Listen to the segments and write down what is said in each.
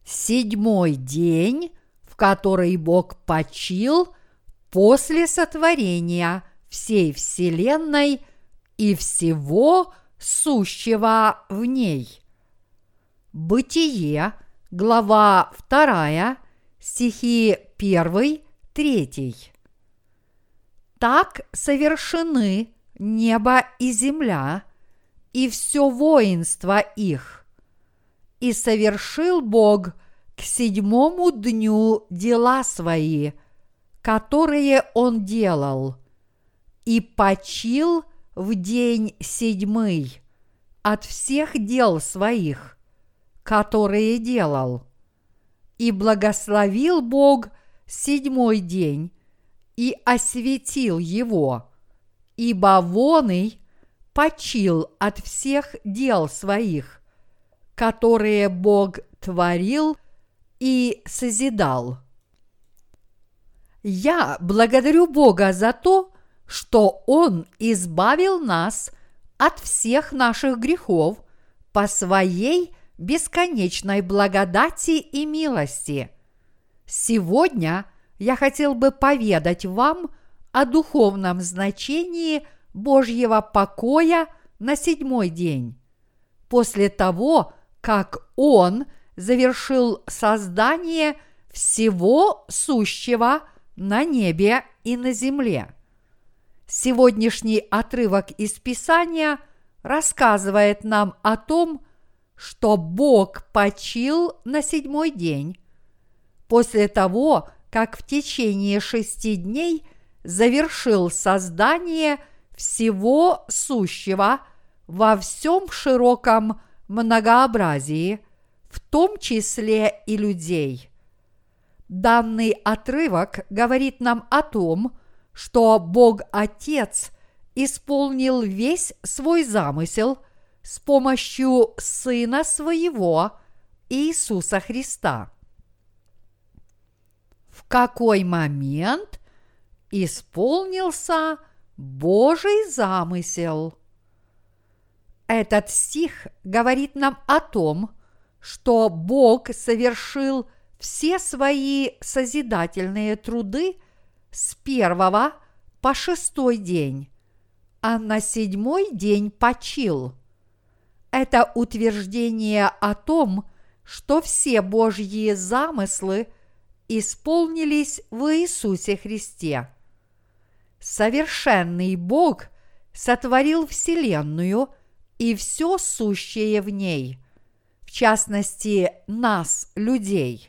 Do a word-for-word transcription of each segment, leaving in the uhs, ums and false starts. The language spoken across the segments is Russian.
седьмой день, в который Бог почил после сотворения всей вселенной и всего сущего в ней. Бытие, глава вторая, стихи первый, третий. Так совершены небо и земля, и все воинство их. И совершил Бог к седьмому дню дела свои, которые Он делал, и почил в день седьмый от всех дел своих, которые делал. И благословил Бог седьмой день и осветил его, ибо воный почил от всех дел своих, которые Бог творил и созидал. Я благодарю Бога за то, что Он избавил нас от всех наших грехов по Своей бесконечной благодати и милости. Сегодня я хотел бы поведать вам о духовном значении Божьего покоя на седьмой день. После того, как Он завершил создание всего сущего на небе и на земле. Сегодняшний отрывок из Писания рассказывает нам о том, что Бог почил на седьмой день, после того, как в течение шести дней завершил создание всего сущего во всем широком многообразии, в том числе и людей. Данный отрывок говорит нам о том, что Бог Отец исполнил весь свой замысел с помощью Сына Своего, Иисуса Христа. В какой момент исполнился Божий замысел? Этот стих говорит нам о том, что Бог совершил все свои созидательные труды с первого по шестой день, а на седьмой день почил. Это утверждение о том, что все Божьи замыслы исполнились в Иисусе Христе. Совершенный Бог сотворил вселенную и все сущее в ней, в частности, нас, людей.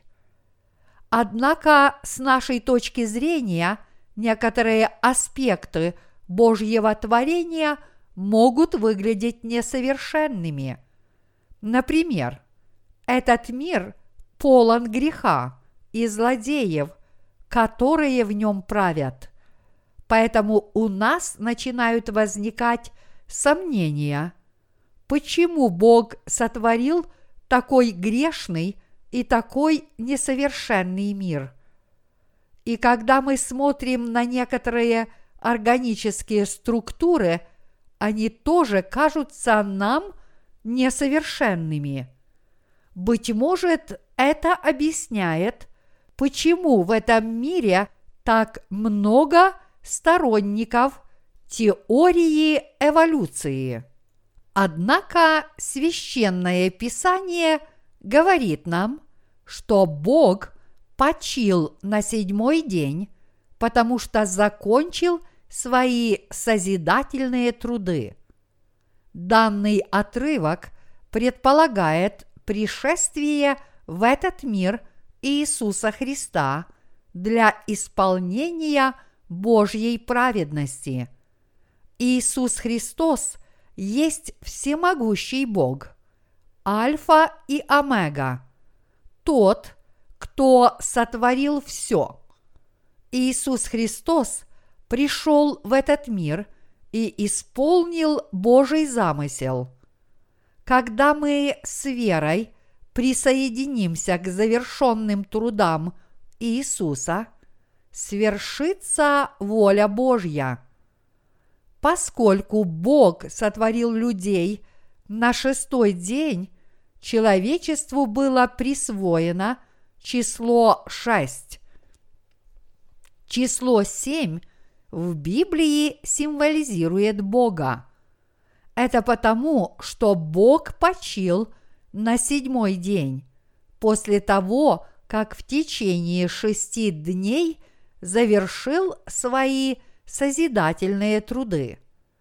Однако, с нашей точки зрения, некоторые аспекты Божьего творения могут выглядеть несовершенными. Например, этот мир полон греха и злодеев, которые в нем правят. Поэтому у нас начинают возникать сомнения, почему Бог сотворил такой грешный и такой несовершенный мир. И когда мы смотрим на некоторые органические структуры, они тоже кажутся нам несовершенными. Быть может, это объясняет, почему в этом мире так много сторонников теории эволюции. Однако Священное Писание говорит нам, что Бог почил на седьмой день, потому что закончил свои созидательные труды. Данный отрывок предполагает пришествие в этот мир Иисуса Христа для исполнения Божьей праведности. Иисус Христос есть всемогущий Бог, Альфа и Омега, тот, кто сотворил все. Иисус Христос пришел в этот мир и исполнил Божий замысел. Когда мы с верой присоединимся к завершенным трудам Иисуса, свершится воля Божья. Поскольку Бог сотворил людей на шестой день человечеству было присвоено число шесть. Число семь в Библии символизирует Бога. Это потому, что Бог почил на седьмой день, после того, как в течение шести дней завершил свои созидательные труды.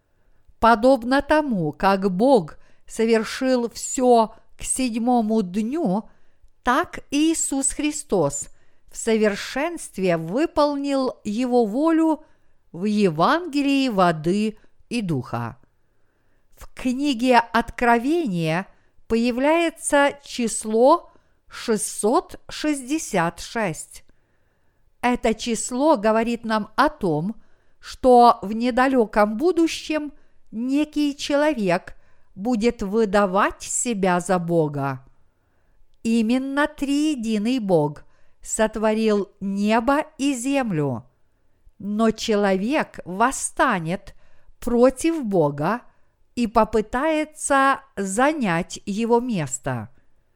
Подобно тому, как Бог совершил все к седьмому дню, так Иисус Христос в совершенстве выполнил Его волю в Евангелии воды и духа. В книге Откровения появляется число шестьсот шестьдесят шесть. Это число говорит нам о том, что в недалеком будущем некий человек будет выдавать себя за Бога. Именно триединый Бог сотворил небо и землю, но человек восстанет против Бога и попытается занять его место.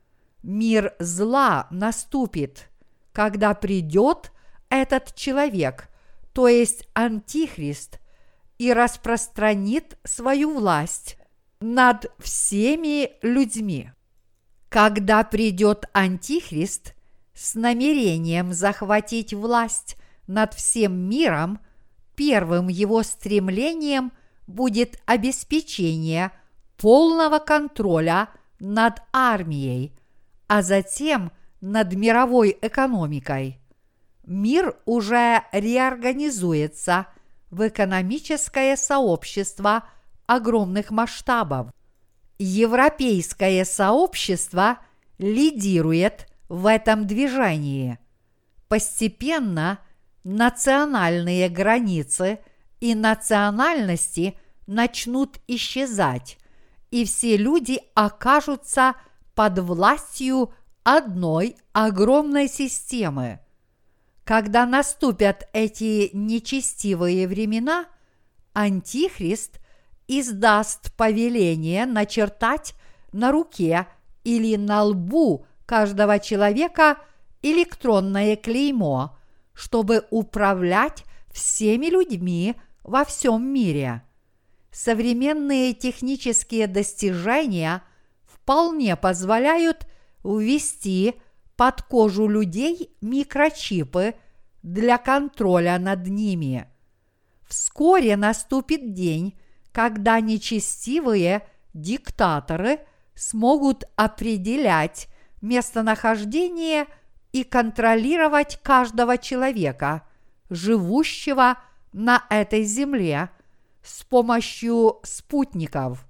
Мир зла наступит, когда придет этот человек, то есть Антихрист, и распространит свою власть над всеми людьми. Когда придет Антихрист с намерением захватить власть над всем миром, первым его стремлением будет обеспечение полного контроля над армией, а затем над мировой экономикой. Мир уже реорганизуется в экономическое сообщество огромных масштабов. Европейское сообщество лидирует в этом движении. Постепенно национальные границы и национальности начнут исчезать, и все люди окажутся под властью одной огромной системы. Когда наступят эти нечестивые времена, Антихрист издаст повеление начертать на руке или на лбу каждого человека электронное клеймо, чтобы управлять всеми людьми во всем мире. Современные технические достижения вполне позволяют ввести под кожу людей микрочипы для контроля над ними. Вскоре наступит день, когда нечестивые диктаторы смогут определять местонахождение и контролировать каждого человека, живущего на этой земле, с помощью спутников.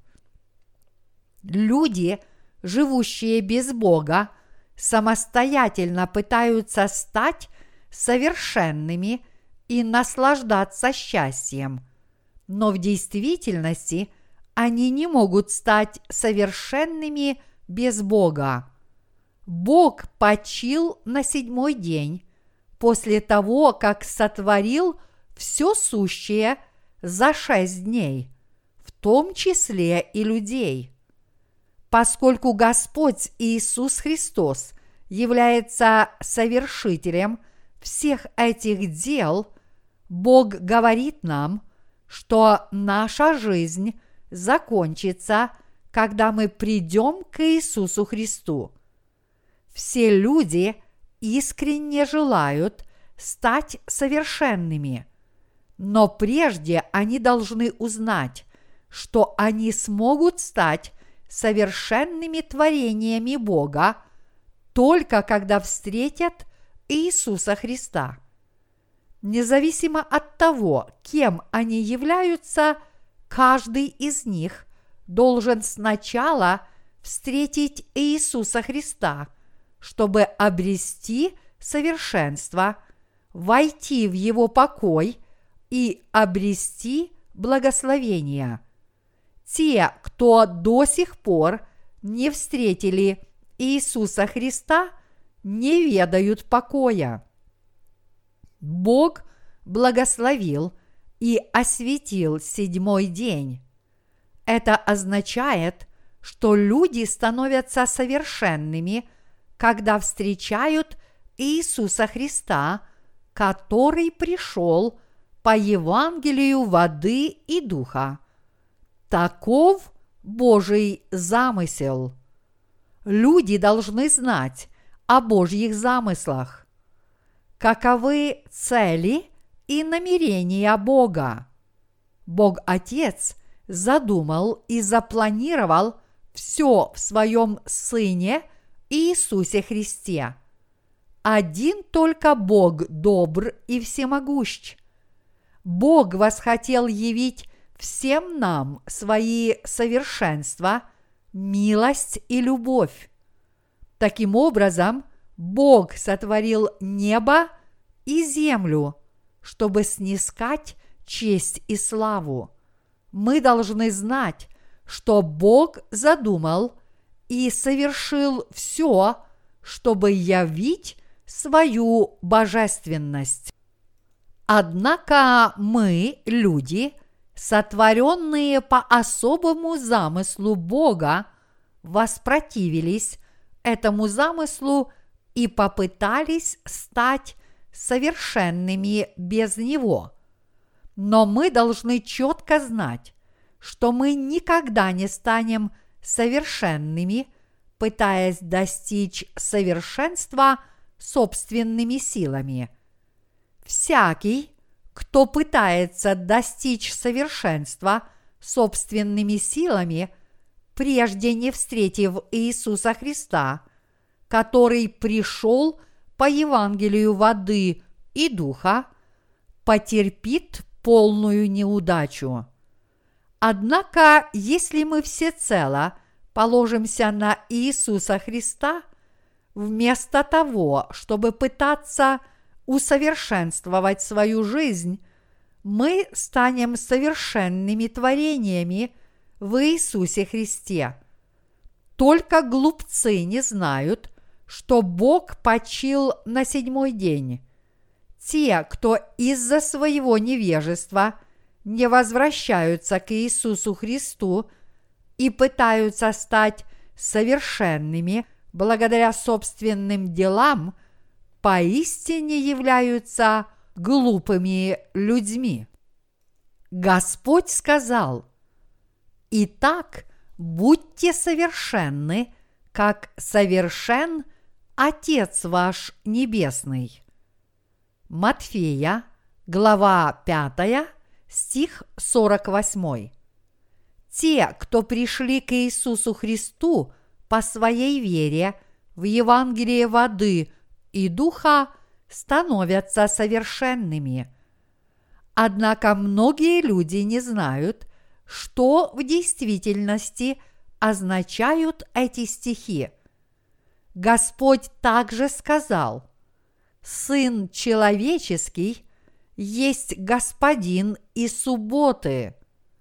Люди, живущие без Бога, самостоятельно пытаются стать совершенными и наслаждаться счастьем, но в действительности они не могут стать совершенными без Бога. Бог почил на седьмой день после того, как сотворил все сущее за шесть дней, в том числе и людей. Поскольку Господь Иисус Христос является совершителем всех этих дел, Бог говорит нам, что наша жизнь закончится, когда мы придем к Иисусу Христу. Все люди искренне желают стать совершенными, но прежде они должны узнать, что они смогут стать совершенными творениями Бога только когда встретят Иисуса Христа. Независимо от того, кем они являются, каждый из них должен сначала встретить Иисуса Христа, чтобы обрести совершенство, войти в Его покой и обрести благословение. Те, кто до сих пор не встретили Иисуса Христа, не ведают покоя. Бог благословил и осветил седьмой день. Это означает, что люди становятся совершенными, когда встречают Иисуса Христа, который пришел по Евангелию воды и духа. Таков Божий замысел. Люди должны знать о Божьих замыслах. Каковы цели и намерения Бога? Бог Отец задумал и запланировал все в Своем Сыне Иисусе Христе. Один только Бог добр и всемогущ. Бог восхотел явить всем нам свои совершенства, милость и любовь. Таким образом, Бог сотворил небо и землю, чтобы снискать честь и славу. Мы должны знать, что Бог задумал и совершил все, чтобы явить свою божественность. Однако мы, люди, сотворенные по особому замыслу Бога, воспротивились этому замыслу и попытались стать совершенными без него. Но мы должны четко знать, что мы никогда не станем совершенными, пытаясь достичь совершенства собственными силами. Всякий, кто пытается достичь совершенства собственными силами, прежде не встретив Иисуса Христа, который пришел по Евангелию воды и духа, потерпит полную неудачу. Однако, если мы всецело положимся на Иисуса Христа, вместо того, чтобы пытаться усовершенствовать свою жизнь, мы станем совершенными творениями в Иисусе Христе. Только глупцы не знают, что Бог почил на седьмой день. Те, кто из-за своего невежества не возвращаются к Иисусу Христу и пытаются стать совершенными благодаря собственным делам, поистине являются глупыми людьми. Господь сказал: «Итак, будьте совершенны, как совершен Отец ваш Небесный». Матфея, глава пятая, стих сорок восемь. Те, кто пришли к Иисусу Христу по своей вере в Евангелие воды и духа, становятся совершенными. Однако многие люди не знают, что в действительности означают эти стихи. Господь также сказал: «Сын человеческий есть Господин и субботы».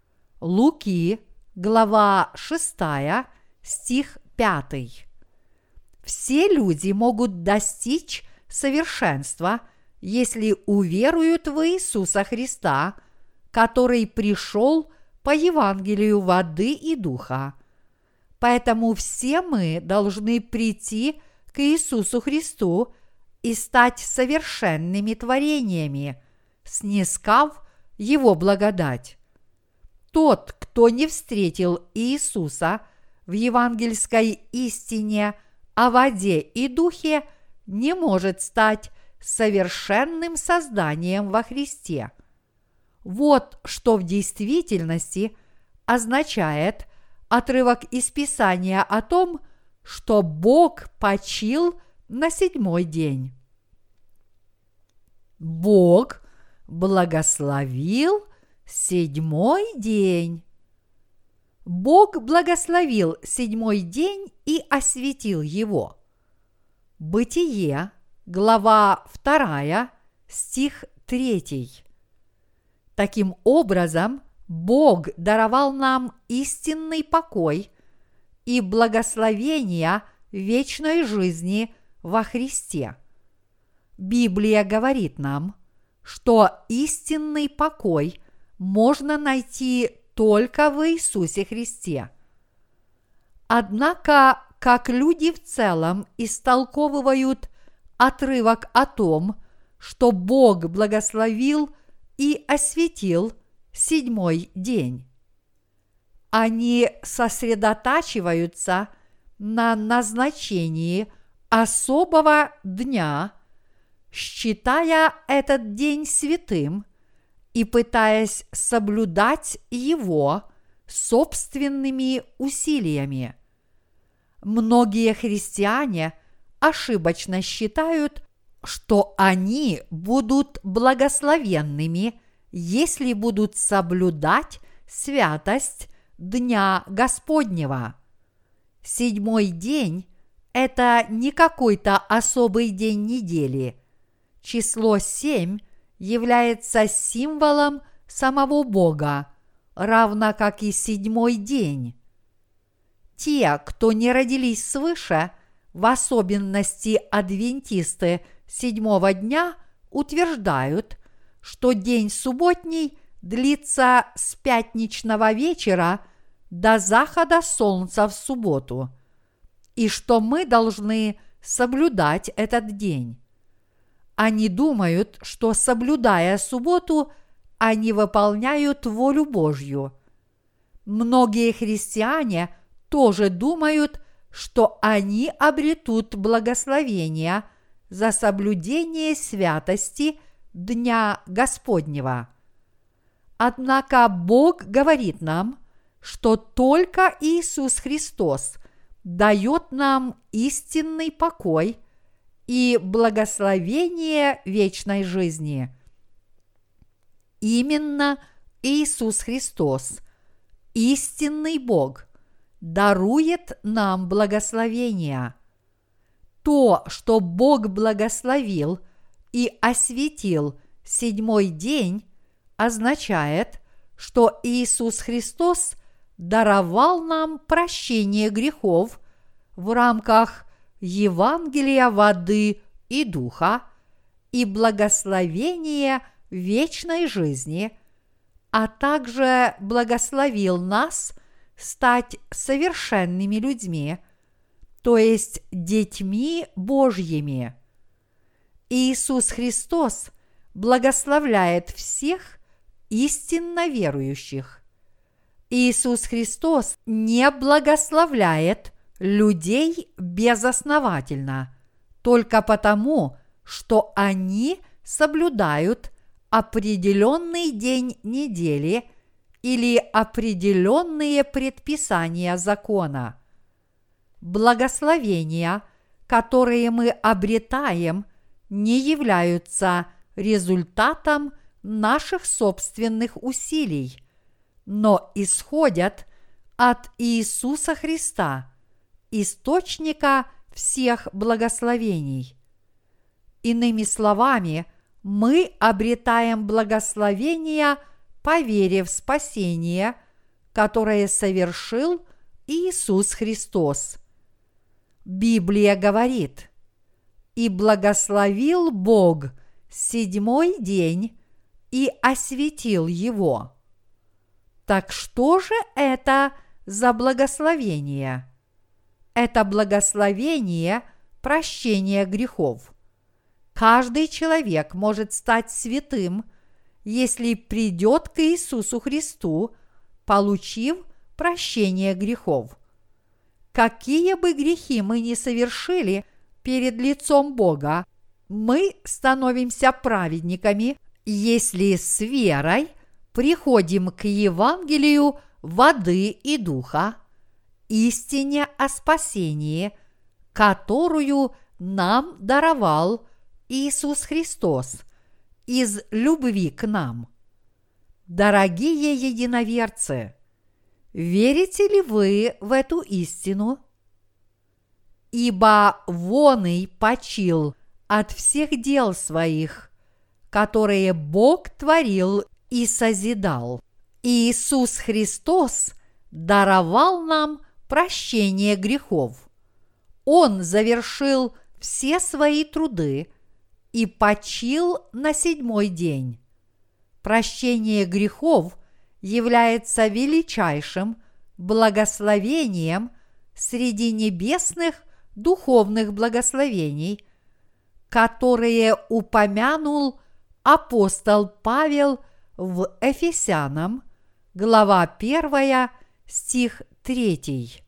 Луки, глава шестая, стих пятый. Все люди могут достичь совершенства, если уверуют в Иисуса Христа, который пришел по Евангелию воды и духа. Поэтому все мы должны прийти к Иисусу Христу и стать совершенными творениями, снискав Его благодать. Тот, кто не встретил Иисуса в евангельской истине о воде и духе, не может стать совершенным созданием во Христе. Вот что в действительности означает отрывок из Писания о том, что Бог почил на седьмой день. Бог благословил седьмой день. Бог благословил седьмой день и осветил его. Бытие, глава вторая, стих третий. Таким образом, Бог даровал нам истинный покой и благословение вечной жизни во Христе. Библия говорит нам, что истинный покой можно найти только в Иисусе Христе. Однако, как люди в целом истолковывают отрывок о том, что Бог благословил и осветил седьмой день. Они сосредотачиваются на назначении особого дня, считая этот день святым и пытаясь соблюдать его собственными усилиями. Многие христиане ошибочно считают, что они будут благословенными, если будут соблюдать святость Дня Господнего. Седьмой день – это не какой-то особый день недели. Число семь является символом самого Бога, равно как и седьмой день. Те, кто не родились свыше, в особенности адвентисты седьмого дня, утверждают, что день субботний длится с пятничного вечера до захода солнца в субботу, и что мы должны соблюдать этот день. Они думают, что, соблюдая субботу, они выполняют волю Божью. Многие христиане тоже думают, что они обретут благословение за соблюдение святости Дня Господнего. Однако Бог говорит нам, что только Иисус Христос дает нам истинный покой и благословение вечной жизни. Именно Иисус Христос, истинный Бог, дарует нам благословение. То, что Бог благословил и осветил седьмой день, означает, что Иисус Христос даровал нам прощение грехов в рамках Евангелия воды и духа и благословение вечной жизни, а также благословил нас стать совершенными людьми, то есть детьми Божьими. Иисус Христос благословляет всех истинно верующих. Иисус Христос не благословляет людей безосновательно, только потому, что они соблюдают определенный день недели или определенные предписания закона. Благословения, которые мы обретаем, не являются результатом наших собственных усилий, но исходят от Иисуса Христа, источника всех благословений. Иными словами, мы обретаем благословения по вере в спасение, которое совершил Иисус Христос. Библия говорит: «И благословил Бог седьмой день и осветил его». Так что же это за благословение? Это благословение прощения грехов. Каждый человек может стать святым, если придет к Иисусу Христу, получив прощение грехов. Какие бы грехи мы ни совершили перед лицом Бога, мы становимся праведниками, если с верой приходим к Евангелию воды и духа, истине о спасении, которую нам даровал Иисус Христос из любви к нам. Дорогие единоверцы, верите ли вы в эту истину? Ибо вон и почил от всех дел своих, которые Бог творил и созидал. Иисус Христос даровал нам прощение грехов. Он завершил все свои труды и почил на седьмой день. Прощение грехов является величайшим благословением, среди небесных духовных благословений, которые упомянул апостол Павел в Ефесянам, глава первая, стих третий.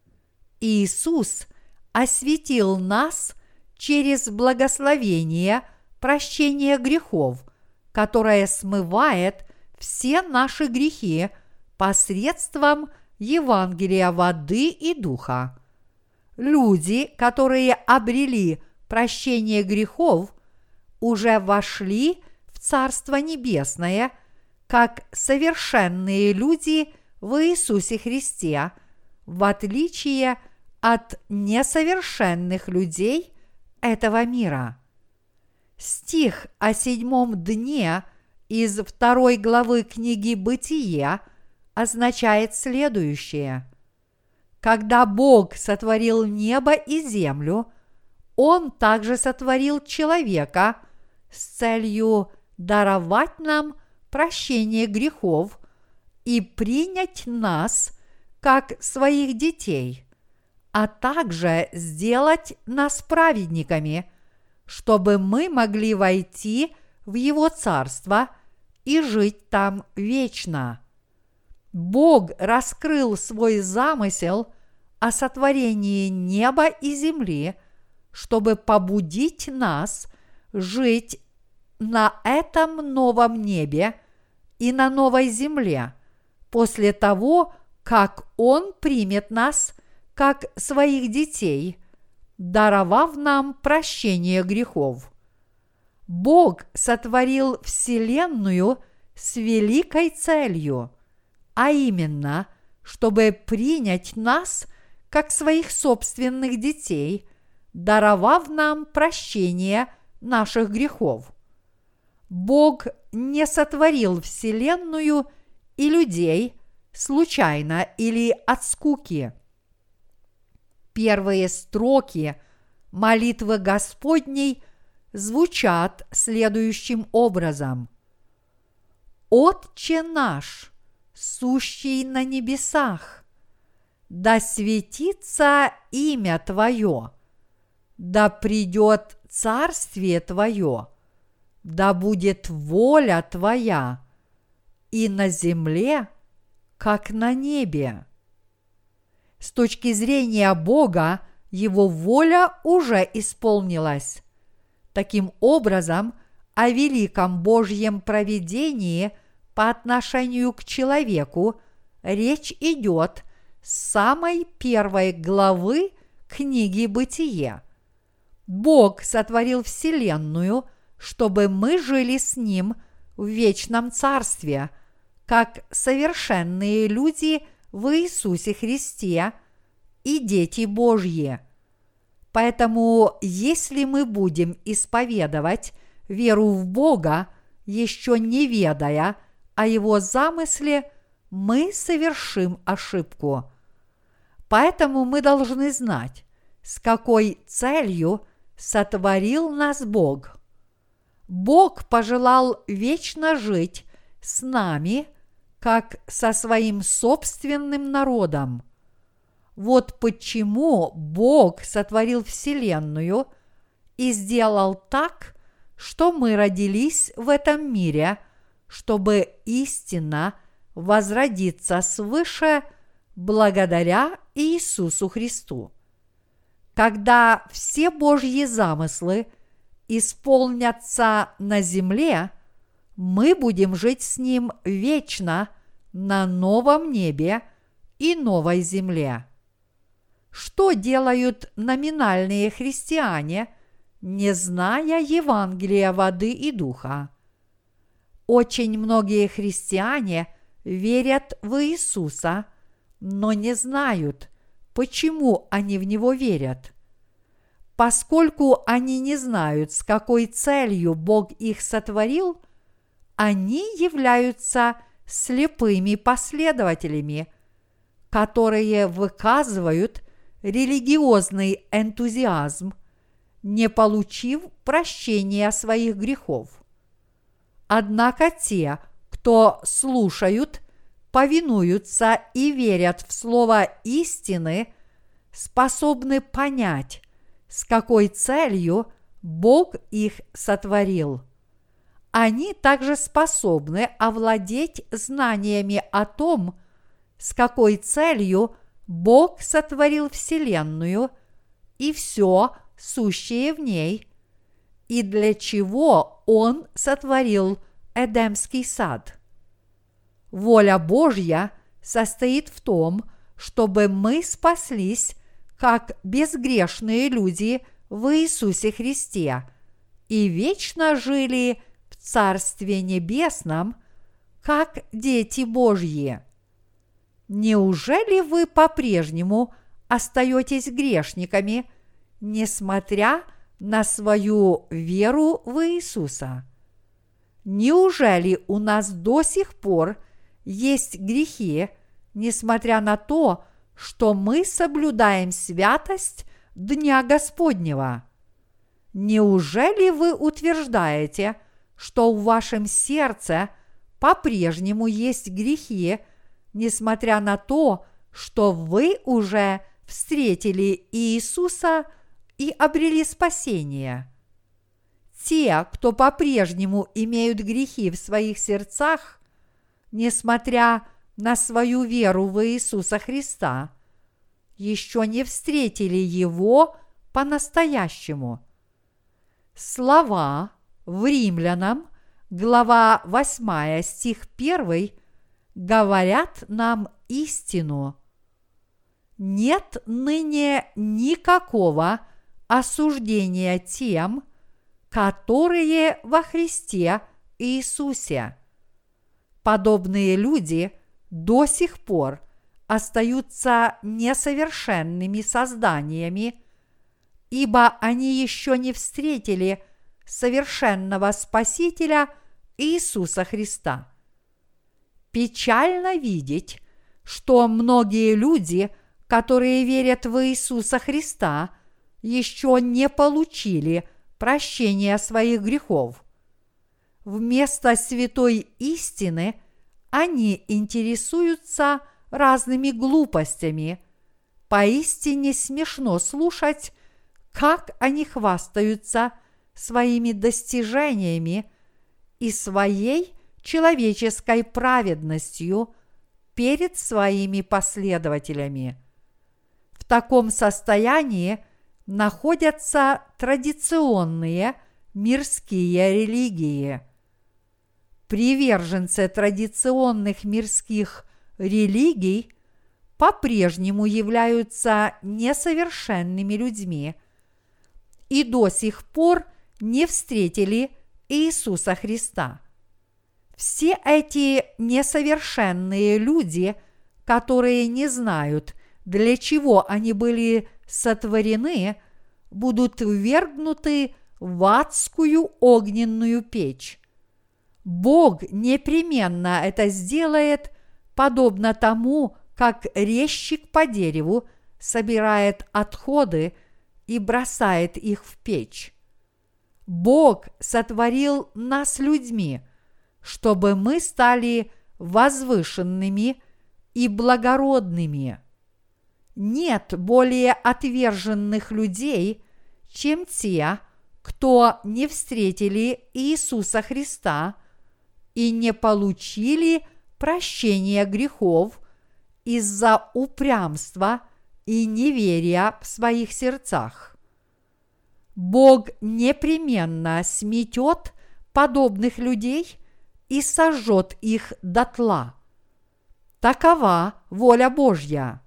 Иисус осветил нас через благословение прощения грехов, которое смывает все наши грехи посредством Евангелия воды и духа. Люди, которые обрели прощение грехов, уже вошли в Царство Небесное как совершенные люди в Иисусе Христе, в отличие от несовершенных людей этого мира. Стих о седьмом дне из второй главы книги «Бытие» означает следующее. Когда Бог сотворил небо и землю, Он также сотворил человека с целью даровать нам прощение грехов и принять нас как своих детей, а также сделать нас праведниками, чтобы мы могли войти в Его Царство и жить там вечно. Бог раскрыл свой замысел о сотворении неба и земли, чтобы побудить нас жить на этом новом небе и на новой земле после того, как Он примет нас как своих детей, даровав нам прощение грехов. Бог сотворил Вселенную с великой целью, а именно, чтобы принять нас как своих собственных детей, даровав нам прощение наших грехов. Бог не сотворил Вселенную и людей случайно или от скуки. Первые строки молитвы Господней звучат следующим образом: «Отче наш, сущий на небесах, да светится имя Твое, да придет царствие Твое, да будет воля Твоя и на земле, как на небе». С точки зрения Бога, Его воля уже исполнилась. Таким образом, о великом Божьем провидении по отношению к человеку речь идет с самой первой главы книги «Бытие». Бог сотворил Вселенную, чтобы мы жили с Ним в вечном Царстве, как совершенные люди в Иисусе Христе и дети Божьи. Поэтому, если мы будем исповедовать веру в Бога, еще не ведая о Его замысле, мы совершим ошибку. Поэтому мы должны знать, с какой целью сотворил нас Бог. Бог пожелал вечно жить с нами, как со своим собственным народом. Вот почему Бог сотворил Вселенную и сделал так, что мы родились в этом мире, чтобы истинно возродиться свыше благодаря Иисусу Христу. Когда все Божьи замыслы исполнятся на земле, мы будем жить с Ним вечно на новом небе и новой земле. Что делают номинальные христиане, не зная Евангелия воды и духа? Очень многие христиане верят в Иисуса, но не знают, почему они в Него верят. Поскольку они не знают, с какой целью Бог их сотворил, они являются слепыми последователями, которые выказывают религиозный энтузиазм, не получив прощения своих грехов. Однако те, кто слушают, повинуются и верят в слово истины, способны понять, с какой целью Бог их сотворил. Они также способны овладеть знаниями о том, с какой целью Бог сотворил Вселенную и все сущее в ней, и для чего Он сотворил Эдемский сад. Воля Божья состоит в том, чтобы мы спаслись как безгрешные люди в Иисусе Христе и вечно жили в Царстве Небесном, как дети Божьи. Неужели вы по-прежнему остаетесь грешниками, несмотря на свою веру в Иисуса? Неужели у нас до сих пор есть грехи, несмотря на то, что мы соблюдаем святость Дня Господнего? Неужели вы утверждаете, что в вашем сердце по-прежнему есть грехи, несмотря на то, что вы уже встретили Иисуса и обрели спасение? Те, кто по-прежнему имеют грехи в своих сердцах, несмотря на свою веру в Иисуса Христа, еще не встретили Его по-настоящему. Слова в Римлянам, глава восьмая, стих первый, говорят нам истину. Нет ныне никакого осуждения тем, которые во Христе Иисусе. Подобные люди до сих пор остаются несовершенными созданиями, ибо они еще не встретили совершенного Спасителя Иисуса Христа. Печально видеть, что многие люди, которые верят в Иисуса Христа, еще не получили прощения своих грехов. Вместо святой истины они интересуются разными глупостями. Поистине смешно слушать, как они хвастаются своими достижениями и своей человеческой праведностью перед своими последователями. В таком состоянии находятся традиционные мирские религии. Приверженцы традиционных мирских религий по-прежнему являются несовершенными людьми и до сих пор не встретили Иисуса Христа. Все эти несовершенные люди, которые не знают, для чего они были сотворены, будут ввергнуты в адскую огненную печь. Бог непременно это сделает, подобно тому, как резчик по дереву собирает отходы и бросает их в печь. Бог сотворил нас людьми, чтобы мы стали возвышенными и благородными. Нет более отверженных людей, чем те, кто не встретили Иисуса Христа и не получили прощения грехов из-за упрямства и неверия в своих сердцах. Бог непременно сметет подобных людей и сожжет их дотла. Такова воля Божья.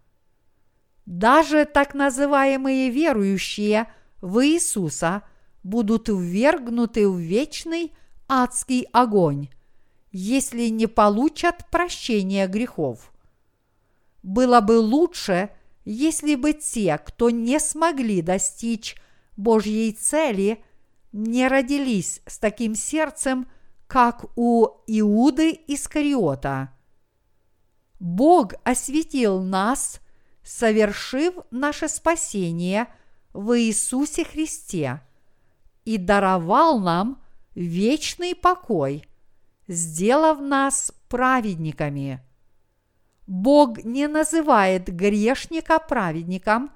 Даже так называемые верующие в Иисуса будут ввергнуты в вечный адский огонь, если не получат прощения грехов. Было бы лучше, если бы те, кто не смогли достичь Божьей цели, не родились с таким сердцем, как у Иуды Искариота. Бог осветил нас, совершив наше спасение в Иисусе Христе, и даровал нам вечный покой, сделав нас праведниками. Бог не называет грешника праведником,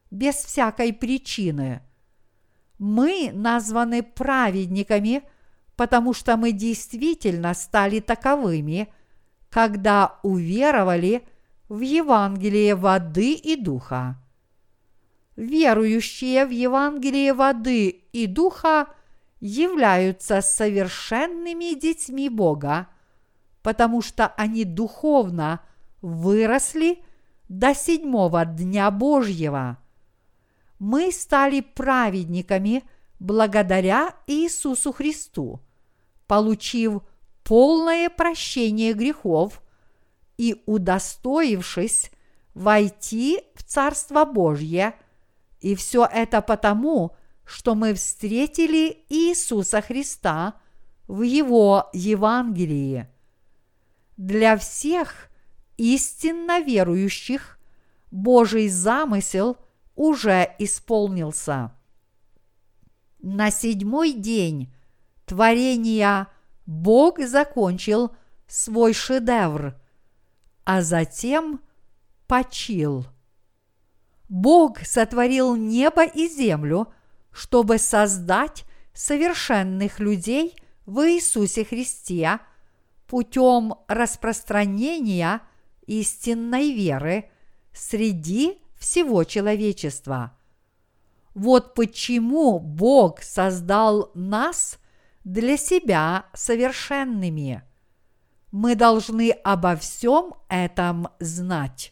без всякой причины. Мы названы праведниками, потому что мы действительно стали таковыми, когда уверовали в Евангелие воды и духа. Верующие в Евангелие воды и духа являются совершенными детьми Бога, потому что они духовно выросли до седьмого дня Божьего. Мы стали праведниками благодаря Иисусу Христу, получив полное прощение грехов и удостоившись войти в Царство Божье, и все это потому, что мы встретили Иисуса Христа в Его Евангелии. Для всех истинно верующих Божий замысел уже исполнился. На седьмой день творения Бог закончил свой шедевр, а затем почил. Бог сотворил небо и землю, чтобы создать совершенных людей в Иисусе Христе путем распространения истинной веры среди всего человечества. Вот почему Бог создал нас для себя совершенными. Мы должны обо всем этом знать.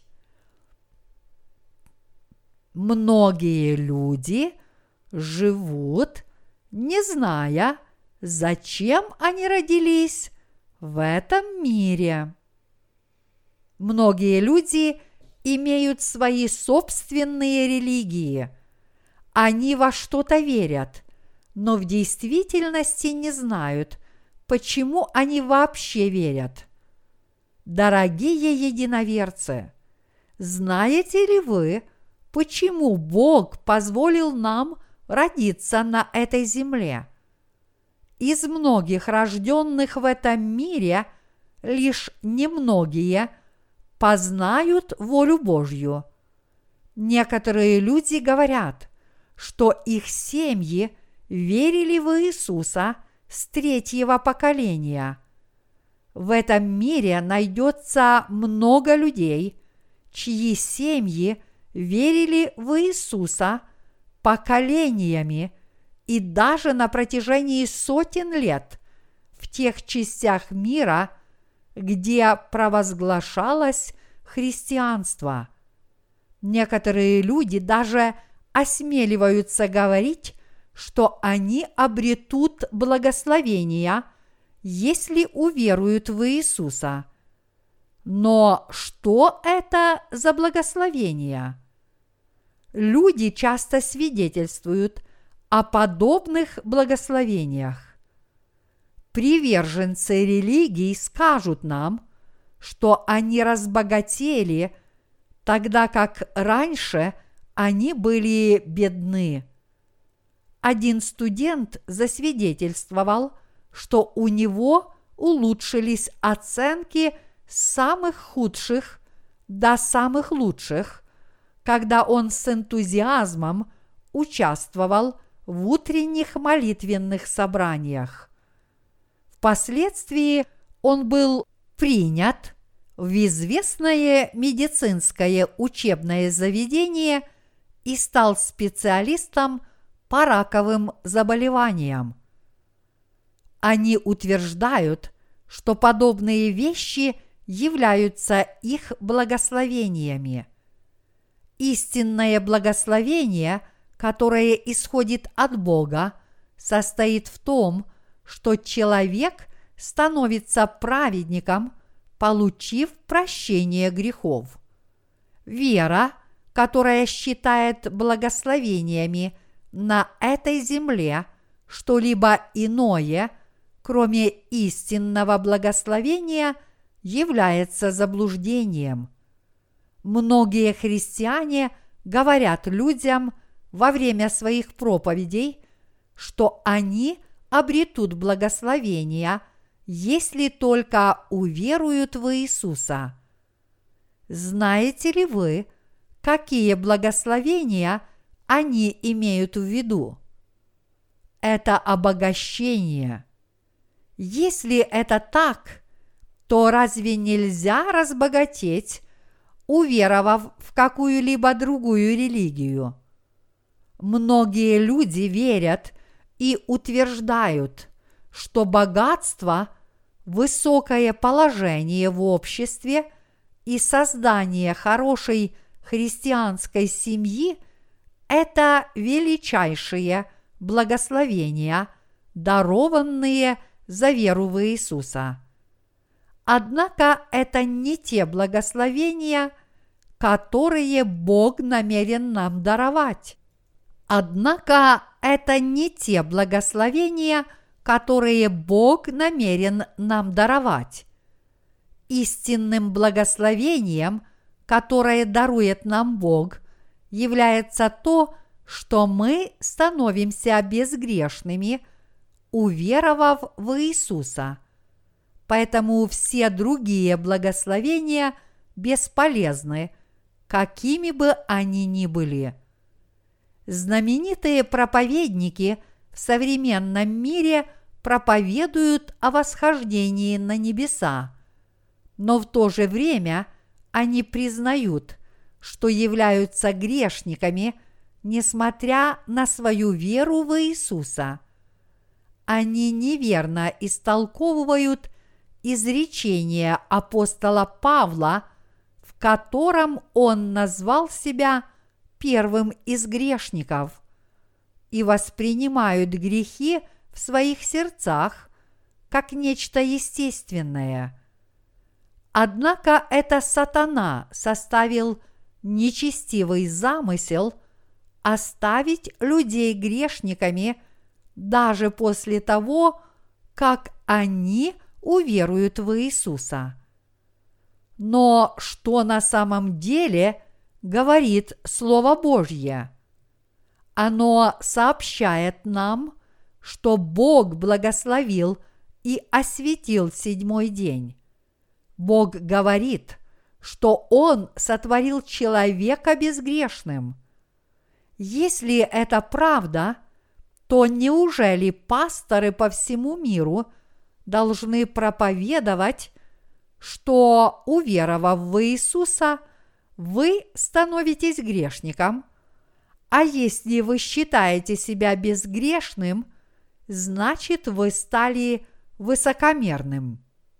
Многие люди живут, не зная, зачем они родились в этом мире. Многие люди имеют свои собственные религии. Они во что-то верят, но в действительности не знают, почему они вообще верят. Дорогие единоверцы, знаете ли вы, почему Бог позволил нам родиться на этой земле? Из многих рожденных в этом мире лишь немногие познают волю Божью. Некоторые люди говорят, что их семьи верили в Иисуса с третьего поколения. В этом мире найдется много людей, чьи семьи верили в Иисуса поколениями и даже на протяжении сотен лет в тех частях мира, где провозглашалось христианство. Некоторые люди даже осмеливаются говорить, что они обретут благословение, если уверуют в Иисуса. Но что это за благословение? Люди часто свидетельствуют о подобных благословениях. Приверженцы религий скажут нам, что они разбогатели, тогда как раньше они были бедны. Один студент засвидетельствовал, что у него улучшились оценки с самых худших до самых лучших, когда он с энтузиазмом участвовал в утренних молитвенных собраниях. Впоследствии он был принят в известное медицинское учебное заведение и стал специалистом по раковым заболеваниям. Они утверждают, что подобные вещи являются их благословениями. Истинное благословение, которое исходит от Бога, состоит в том, что человек становится праведником, получив прощение грехов. Вера, которая считает благословениями на этой земле что-либо иное, кроме истинного благословения, является заблуждением. Многие христиане говорят людям во время своих проповедей, что они обретут благословения, если только уверуют в Иисуса. Знаете ли вы, какие благословения они имеют в виду. Это обогащение. Если это так, то разве нельзя разбогатеть, уверовав в какую-либо другую религию? Многие люди верят и утверждают, что богатство, высокое положение в обществе и создание хорошей христианской семьи – это величайшие благословения, дарованные за веру в Иисуса. Однако это не те благословения, которые Бог намерен нам даровать. Однако это не те благословения, которые Бог намерен нам даровать. Истинным благословением, которое дарует нам Бог, является то, что мы становимся безгрешными, уверовав в Иисуса. Поэтому все другие благословения бесполезны, какими бы они ни были. Знаменитые проповедники в современном мире проповедуют о восхождении на небеса, но в то же время они признают, что являются грешниками, несмотря на свою веру в Иисуса. Они неверно истолковывают изречение апостола Павла, в котором он назвал себя первым из грешников, и воспринимают грехи в своих сердцах как нечто естественное. Однако это сатана составил нечестивый замысел оставить людей грешниками даже после того, как они уверуют в Иисуса. Но что на самом деле говорит Слово Божье? Оно сообщает нам, что Бог благословил и осветил седьмой день. Бог говорит, что Он сотворил человека безгрешным. Если это правда, то неужели пасторы по всему миру должны проповедовать, что, уверовав в Иисуса, вы становитесь грешником, а если вы считаете себя безгрешным, значит, вы стали высокомерным?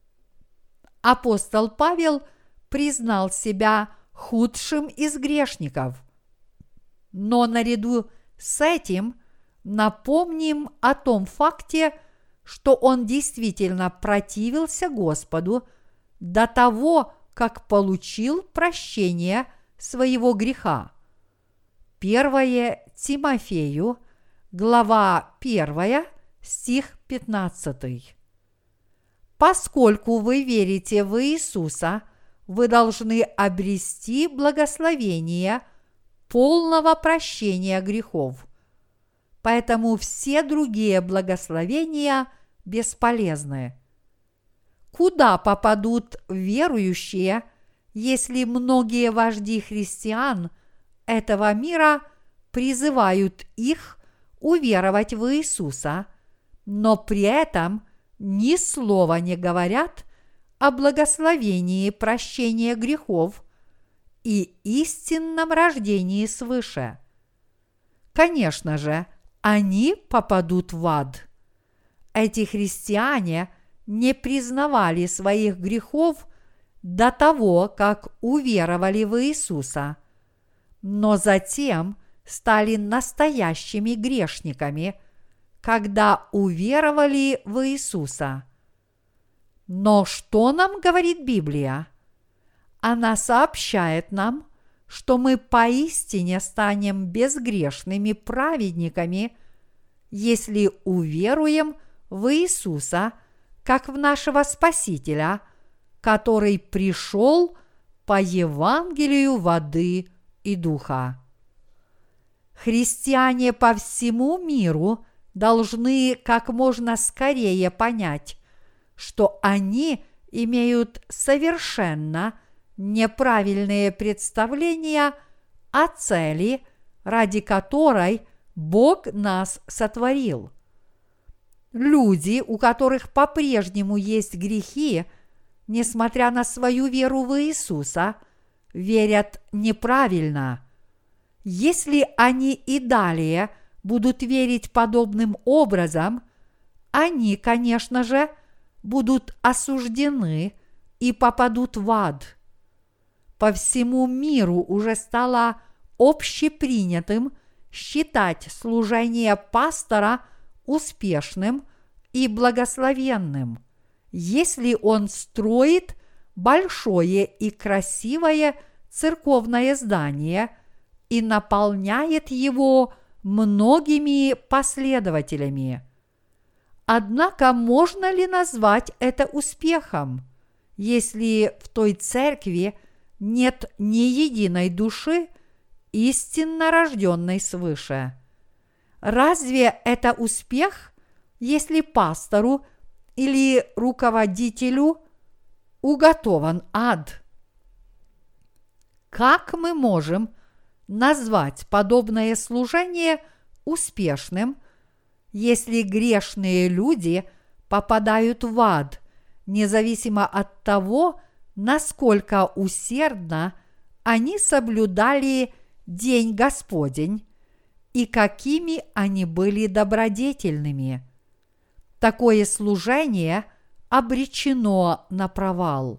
Апостол Павел признал себя худшим из грешников. Но наряду с этим напомним о том факте, что он действительно противился Господу до того, как получил прощение своего греха. Первое Тимофею, глава первая, стих пятнадцатый. Поскольку вы верите в Иисуса, вы должны обрести благословение полного прощения грехов. Поэтому все другие благословения бесполезны. Куда попадут верующие, если многие вожди христиан этого мира призывают их уверовать в Иисуса, но при этом ни слова не говорят о благословении прощения грехов и истинном рождении свыше? Конечно же, они попадут в ад. Эти христиане не признавали своих грехов до того, как уверовали в Иисуса, но затем стали настоящими грешниками, когда уверовали в Иисуса. Но что нам говорит Библия? Она сообщает нам, что мы поистине станем безгрешными праведниками, если уверуем в Иисуса как в нашего Спасителя, который пришел по Евангелию воды и духа. Христиане по всему миру должны как можно скорее понять, что они имеют совершенно неправильные представления о цели, ради которой Бог нас сотворил. Люди, у которых по-прежнему есть грехи, несмотря на свою веру в Иисуса, верят неправильно. Если они и далее будут верить подобным образом, они, конечно же, будут осуждены и попадут в ад. По всему миру уже стало общепринятым считать служение пастора успешным и благословенным, если он строит большое и красивое церковное здание и наполняет его многими последователями. Однако можно ли назвать это успехом, если в той церкви нет ни единой души, истинно рожденной свыше? Разве это успех, если пастору или руководителю уготован ад? Как мы можем назвать подобное служение успешным, если грешные люди попадают в ад, независимо от того, насколько усердно они соблюдали День Господень и какими они были добродетельными? Такое служение обречено на провал.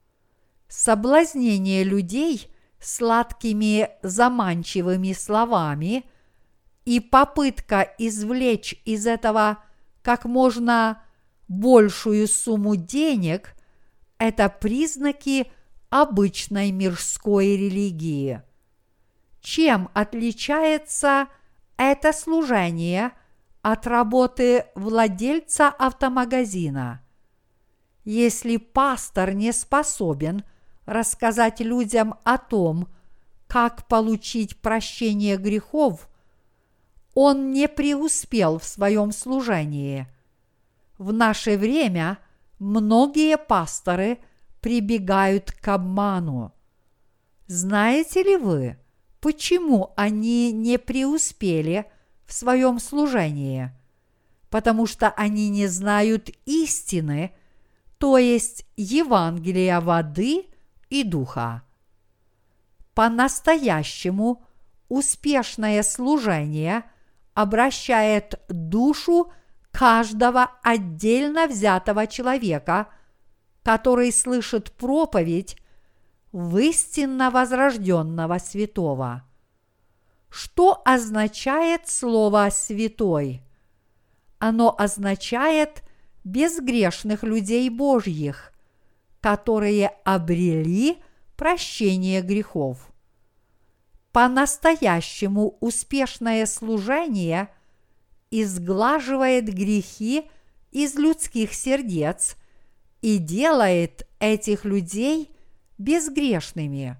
Соблазнение людей сладкими заманчивыми словами и попытка извлечь из этого как можно большую сумму денег – это признаки обычной мирской религии. Чем отличается это служение от работы владельца автомагазина? Если пастор не способен рассказать людям о том, как получить прощение грехов, он не преуспел в своем служении. В наше время многие пасторы прибегают к обману. Знаете ли вы, почему они не преуспели в своем служении? Потому что они не знают истины, то есть Евангелия воды и духа. По-настоящему успешное служение обращает душу каждого отдельно взятого человека, который слышит проповедь в истинно возрожденного святого. Что означает слово «святой»? Оно означает безгрешных людей Божьих, которые обрели прощение грехов. По-настоящему успешное служение изглаживает грехи из людских сердец и делает этих людей безгрешными.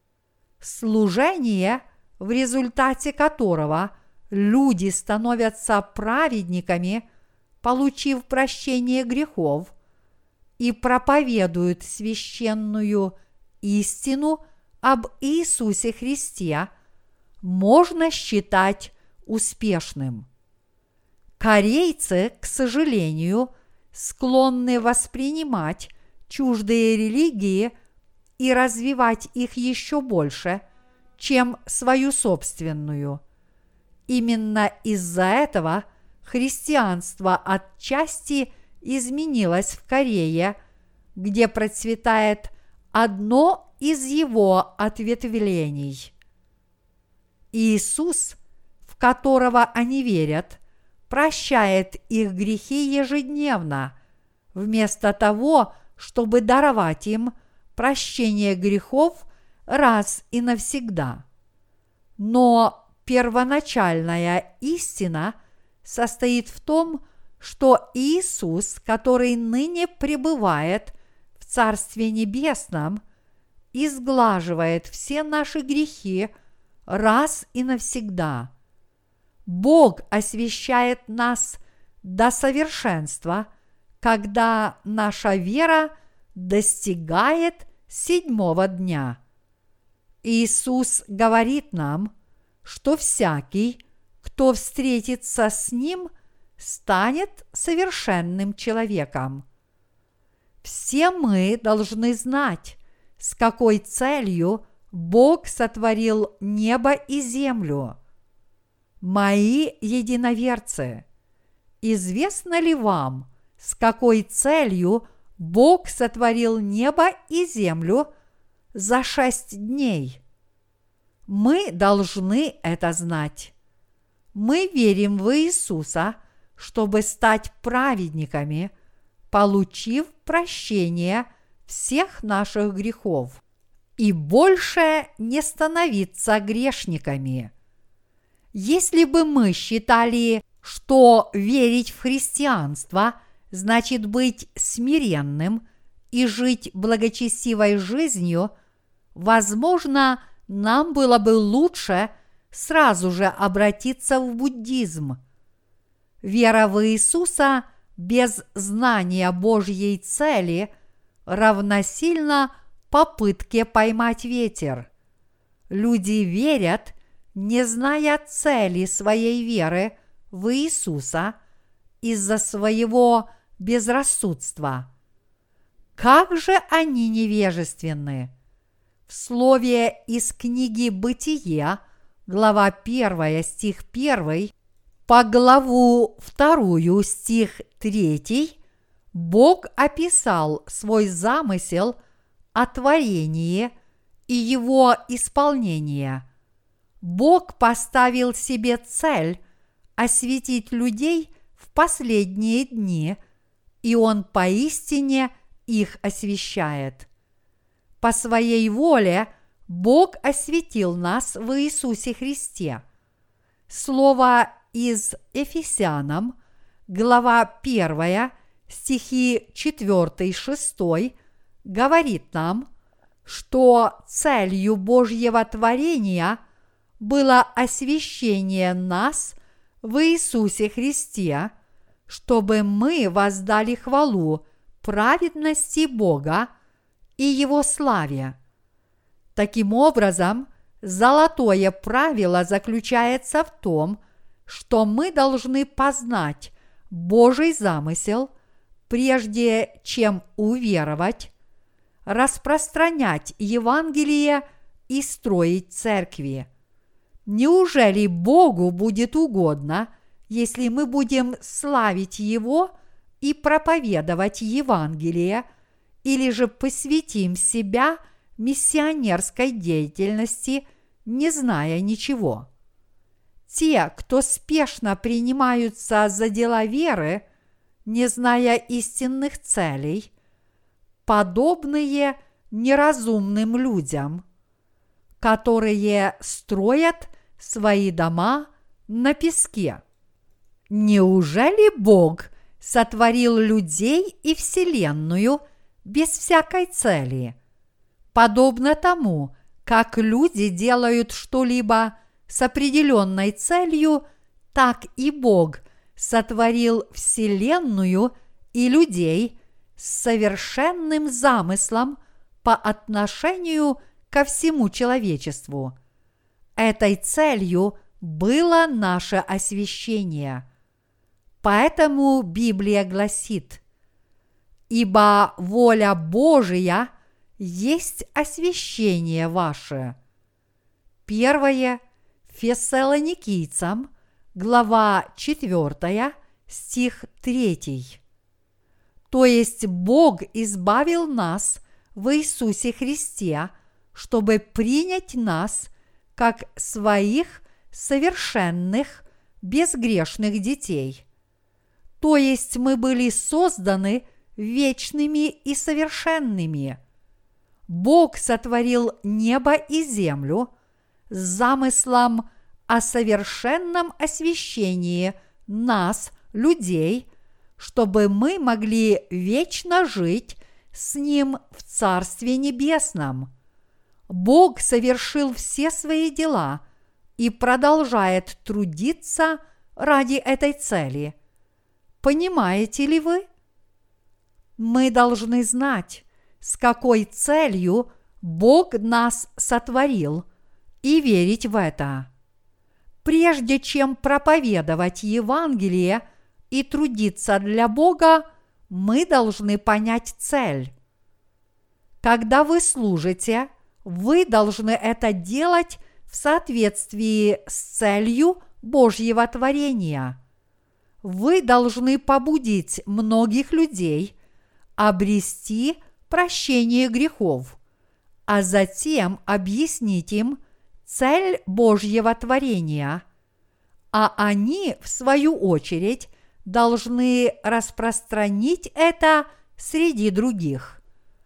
Служение, в результате которого люди становятся праведниками, получив прощение грехов, и проповедуют священную истину об Иисусе Христе, можно считать успешным. Корейцы, к сожалению, склонны воспринимать чуждые религии и развивать их еще больше, чем свою собственную. Именно из-за этого христианство отчасти изменилось в Корее, где процветает одно из его ответвлений. Иисус, в которого они верят, прощает их грехи ежедневно, вместо того, чтобы даровать им прощение грехов раз и навсегда. Но первоначальная истина состоит в том, что Иисус, который ныне пребывает в Царстве Небесном, изглаживает все наши грехи раз и навсегда. Бог освящает нас до совершенства, когда наша вера достигает седьмого дня. Иисус говорит нам, что всякий, кто встретится с Ним, станет совершенным человеком. Все мы должны знать, с какой целью Бог сотворил небо и землю. Мои единоверцы, известно ли вам, с какой целью Бог сотворил небо и землю за шесть дней? Мы должны это знать. Мы верим в Иисуса, чтобы стать праведниками, получив прощение всех наших грехов, и больше не становиться грешниками. Если бы мы считали, что верить в христианство значит быть смиренным и жить благочестивой жизнью, возможно, нам было бы лучше сразу же обратиться в буддизм. Вера в Иисуса без знания Божьей цели равносильно попытке поймать ветер. Люди верят, не зная цели своей веры в Иисуса из-за своего безрассудства. Как же они невежественны! В слове из книги «Бытие», глава первая, стих первый, по главу вторую, стих третий, Бог описал свой замысел о творении и его исполнение. Бог поставил себе цель осветить людей в последние дни, и Он поистине их освещает. По своей воле Бог осветил нас в Иисусе Христе. Слово из Ефесянам, глава первая, стихи четыре-шесть, говорит нам, что целью Божьего творения было освящение нас в Иисусе Христе, чтобы мы воздали хвалу праведности Бога и Его славе. Таким образом, золотое правило заключается в том, что мы должны познать Божий замысел, прежде чем уверовать, распространять Евангелие и строить церкви. Неужели Богу будет угодно, если мы будем славить Его и проповедовать Евангелие, или же посвятим себя миссионерской деятельности, не зная ничего? Те, кто спешно принимаются за дела веры, не зная истинных целей, подобные неразумным людям, которые строят свои дома на песке. Неужели Бог сотворил людей и вселенную без всякой цели? Подобно тому, как люди делают что-либо с определенной целью, так и Бог сотворил вселенную и людей с совершенным замыслом по отношению ко всему человечеству. Этой целью было наше освящение. Поэтому Библия гласит: «Ибо воля Божия есть освящение ваше». Первое Фессалоникийцам, глава четвертая, стих третий. То есть Бог избавил нас в Иисусе Христе, чтобы принять нас как своих совершенных, безгрешных детей. То есть мы были созданы вечными и совершенными. Бог сотворил небо и землю с замыслом о совершенном освящении нас, людей, чтобы мы могли вечно жить с Ним в Царстве Небесном. Бог совершил все свои дела и продолжает трудиться ради этой цели. Понимаете ли вы? Мы должны знать, с какой целью Бог нас сотворил, и верить в это. Прежде чем проповедовать Евангелие и трудиться для Бога, мы должны понять цель. Когда вы служите, вы должны это делать в соответствии с целью Божьего творения. Вы должны побудить многих людей обрести прощение грехов, а затем объяснить им цель Божьего творения, а они, в свою очередь, должны распространить это среди других.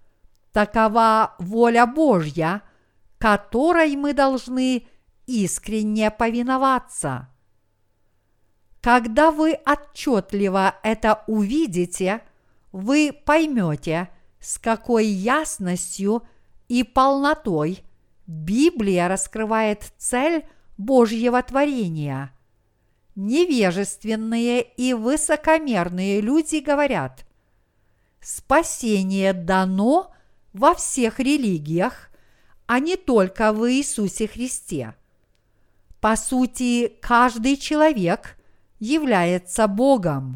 Такова воля Божья, которой мы должны искренне повиноваться. Когда вы отчетливо это увидите, вы поймете, с какой ясностью и полнотой Библия раскрывает цель Божьего творения. Невежественные и высокомерные люди говорят: спасение дано во всех религиях, а не только в Иисусе Христе. По сути, каждый человек является Богом.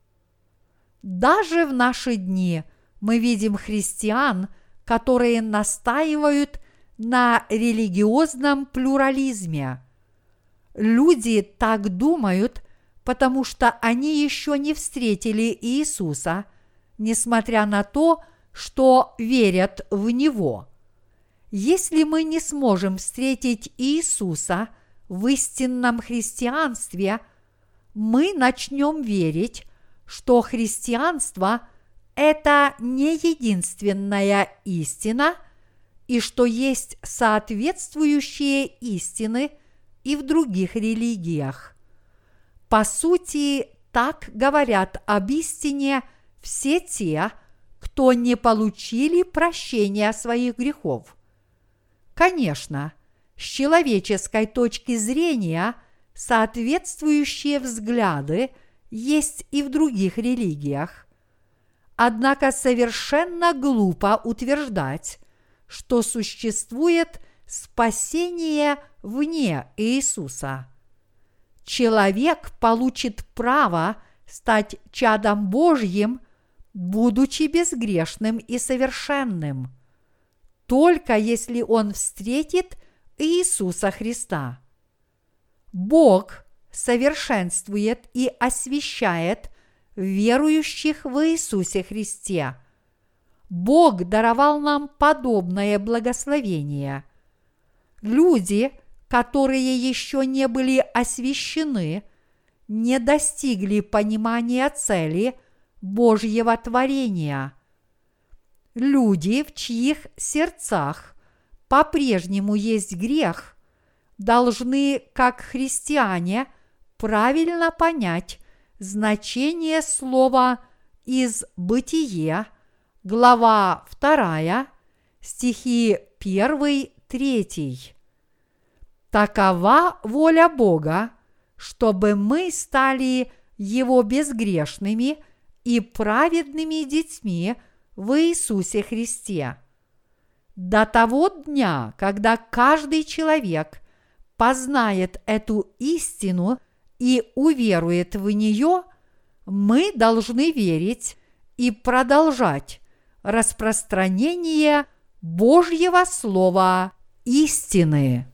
Даже в наши дни мы видим христиан, которые настаивают на религиозном плюрализме. Люди так думают, потому что они еще не встретили Иисуса, несмотря на то, что верят в Него. Если мы не сможем встретить Иисуса в истинном христианстве, мы начнем верить, что христианство – это не единственная истина, и что есть соответствующие истины и в других религиях. По сути, так говорят об истине все те, кто не получили прощения своих грехов. Конечно, с человеческой точки зрения соответствующие взгляды есть и в других религиях. Однако совершенно глупо утверждать, что существует спасение вне Иисуса. Человек получит право стать чадом Божьим, будучи безгрешным и совершенным, только если он встретит Иисуса Христа. Бог совершенствует и освящает верующих в Иисусе Христе. Бог даровал нам подобное благословение. Люди, которые еще не были освящены, не достигли понимания цели Божьего творения. Люди, в чьих сердцах по-прежнему есть грех, должны, как христиане, правильно понять значение слова из Бытие, глава вторая, стихи первый, третий. Такова воля Бога, чтобы мы стали Его безгрешными и праведными детьми в Иисусе Христе. До того дня, когда каждый человек познает эту истину и уверует в нее, мы должны верить и продолжать распространение Божьего Слова истины.